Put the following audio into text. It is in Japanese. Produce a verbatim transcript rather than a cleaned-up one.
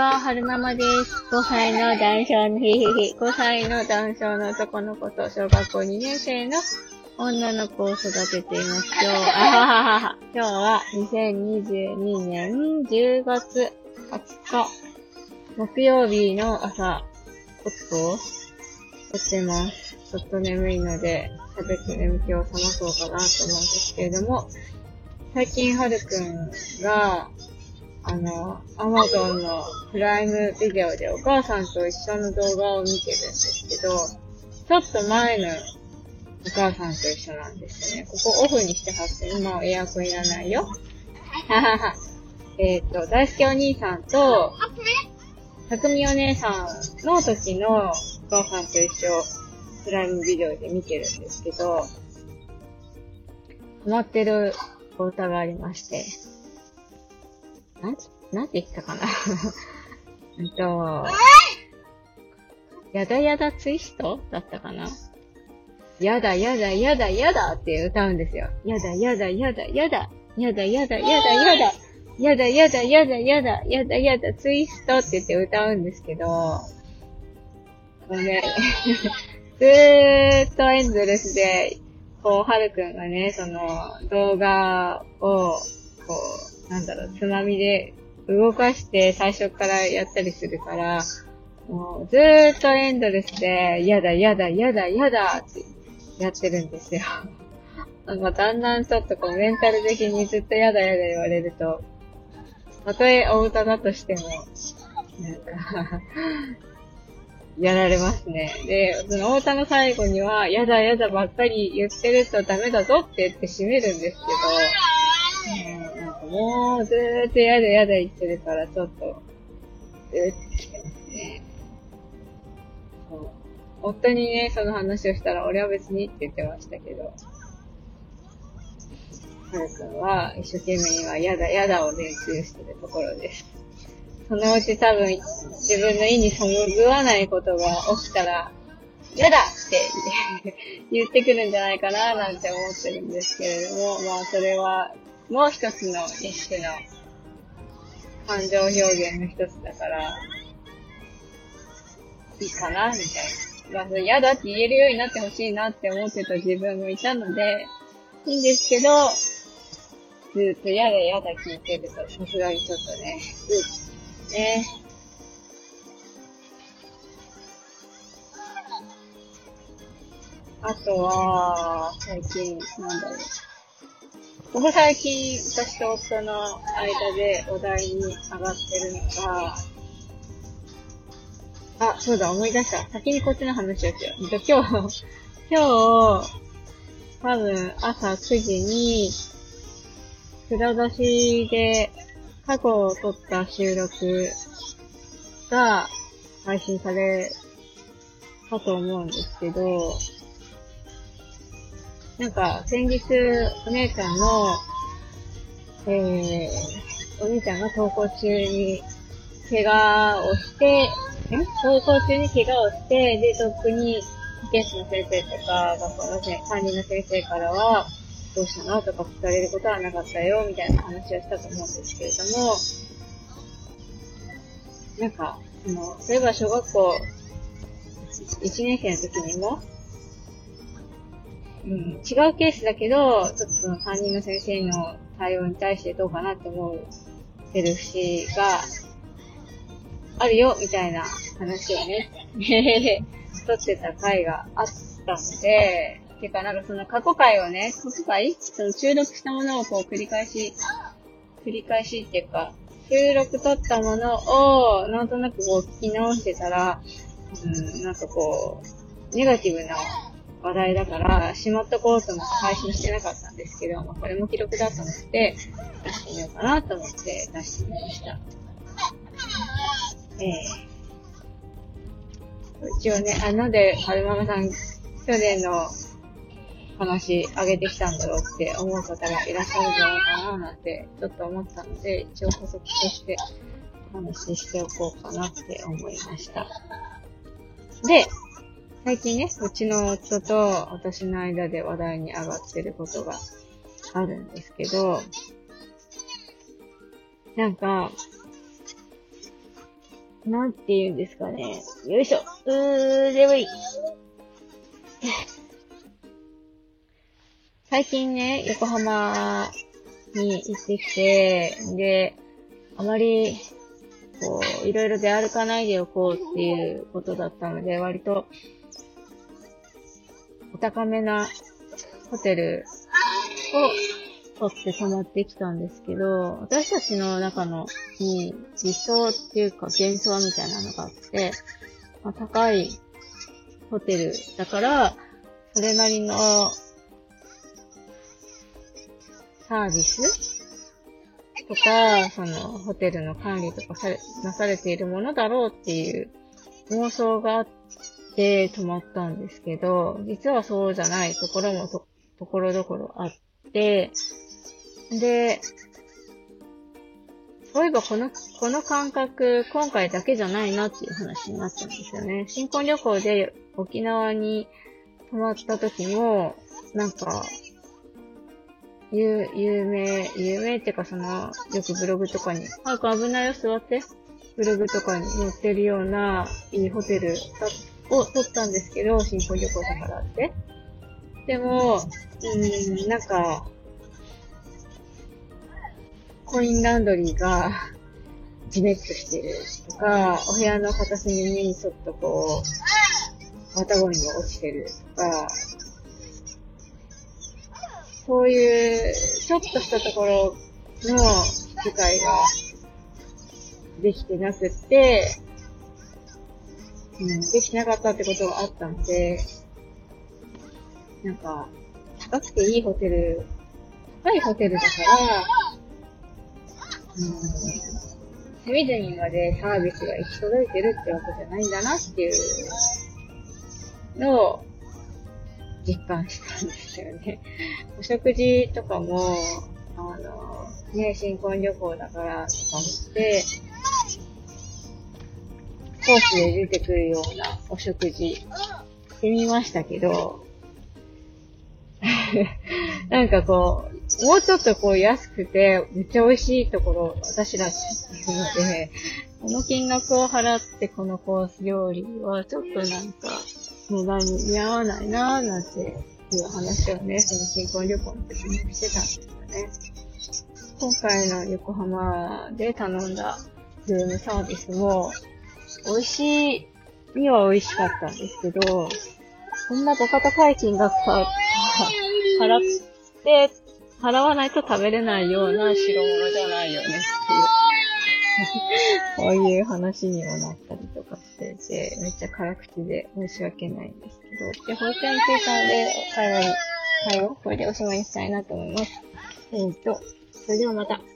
は、はるままです。ごさいの男性のひひひ。ごさいの男性の男の子と小学校にねん生の女の子を育てています。今日、あはははは。今日はにせんにじゅうにねんじゅうがつはつか、木曜日の朝、おっと、起きてます。ちょっと眠いので、喋って眠気を覚まそうかなと思うんですけれども、最近はるくんが、あの、アマゾンのプライムビデオでお母さんと一緒の動画を見てるんですけど、ちょっと前のお母さんと一緒なんですよね。ここオフにしてはって、今はエアコンいらないよ。ははは。えっと、大輔お兄さんと、たくみお姉さんの時のお母さんと一緒、プライムビデオで見てるんですけど、ハマってるお歌がありまして、なん、なんて言ったかなえっと、やだやだツイストだったかな、やだやだやだやだって歌うんですよ。やだやだやだやだ。やだやだやだやだ。やだやだやだやだ。やだやだツイストって言って歌うんですけど、もうね、ずーっとエンドレスで、こう、はるくんがね、その動画を、こう、なんだろう、つまみで動かして最初からやったりするから、もうずーっとエンドレスで、やだやだやだやだってやってるんですよ。なんかだんだんちょっとこうメンタル的にずっとやだやだ言われると、たとえお歌だとしても、なんか、やられますね。で、そのお歌の最後には、やだやだばっかり言ってるとダメだぞって言って締めるんですけど、うん、なんかもうずーっとやだやだ言ってるからちょっと、うーってきてますね。そう。夫にね、その話をしたら、俺は別にって言ってましたけど、はるくんは一生懸命今、やだやだを練習してるところです。そのうち多分、自分の意にそぐわないことが起きたら、やだって言ってくるんじゃないかななんて思ってるんですけれども、まあそれは、もう一つの一種の感情表現の一つだから、いいかなみたいな。まあ、嫌だって言えるようになってほしいなって思ってた自分もいたので、いいんですけど、ずーっとやだやだ聞いてると、さすがにちょっとね、うーね。あとは、最近、なんだろう。ここ最近、私と夫の間でお題に上がってるのが、あ、そうだ、思い出した。先にこっちの話をしよう。今日、今日、多分朝くじに、蔵出しで過去を撮った収録が配信されたと思うんですけど、なんか先日お姉ちゃんの、えー、お姉ちゃんが登校中に怪我をして、ん登校中に怪我をして、で、特に保健師の先生とか、学校の担任の先生からは、どうしたのとか聞かれることはなかったよ、みたいな話をしたと思うんですけれども、なんか、その、例えば小学校いちねん生の時にも、うん、違うケースだけど、ちょっとその担任の先生の対応に対してどうかなって思ってる節があるよ、みたいな話をね、撮ってた回があったので、てかなんかその過去回をね、過去回その収録したものをこう繰り返し、繰り返しっていうか、収録撮ったものをなんとなくこう聞き直してたら、うん、なんかこう、ネガティブな話題だから、しまっとこうと思って配信してなかったんですけど、まあ、これも記録だと思って、出してみようかなと思って出してみました。ええー。一応ね、あので、はるままさん、去年の話上げてきたんだろうって思う方がいらっしゃるんじゃないかななんて、ちょっと思ったので、一応補足としてお話ししておこうかなって思いました。で、最近ね、うちの夫と私の間で話題に上がってることがあるんですけど、なんか、 なんて言うんですかね。よいしょ。うー、でもいい。最近ね、横浜に行ってきて、で、あまり、こう、いろいろ出歩かないでおこうっていうことだったので、割と、お高めなホテルを取って泊まってきたんですけど、私たちの中のに理想っていうか幻想みたいなのがあって、まあ、高いホテルだから、それなりのサービスとか、そのホテルの管理とかされ、なされているものだろうっていう妄想があって泊まったんですけど、実はそうじゃないところもと、ところどころあって、で、そういえばこの、この感覚、今回だけじゃないなっていう話になったんですよね。新婚旅行で沖縄に泊まった時も、なんか、有、有名、有名っていうかその、よくブログとかに、早く危ないよ座って、ブログとかに載ってるような、いいホテルを取ったんですけど、新婚旅行だからって。でも、うーん、なんか、コインランドリーが、ジメッとしてるとか、お部屋の片隅にちょっとこう、綿ゴミが落ちてるとか、そういう、ちょっとしたところの機会ができてなくって、うん、できてなかったってことがあったので、なんか、高くていいホテル、高いホテルだから、うん、隅々までサービスが行き届いてるってわけじゃないんだなっていうのを実感したんですよね。お食事とかも、あの、ね、新婚旅行だからとか思って、コースで出てくるようなお食事してみましたけど、なんかこう、もうちょっとこう安くてめっちゃ美味しいところ私ら知っているので、この金額を払ってこのコース料理はちょっとなんか値段に見合わないなぁなんていう話をね、その新婚旅行の時にしてたんですよね。今回の横浜で頼んだルームサービスも美味しいには美味しかったんですけど、こんなバカ高い金額か払って、払わないと食べれないような代物じゃないよねっていう、そういう話にもなったりとかしてて、めっちゃ辛口で申し訳ないんですけど、で、保育園に着いたので、会話に、会話をこれでおしまいにしたいなと思います。えーと、それではまた。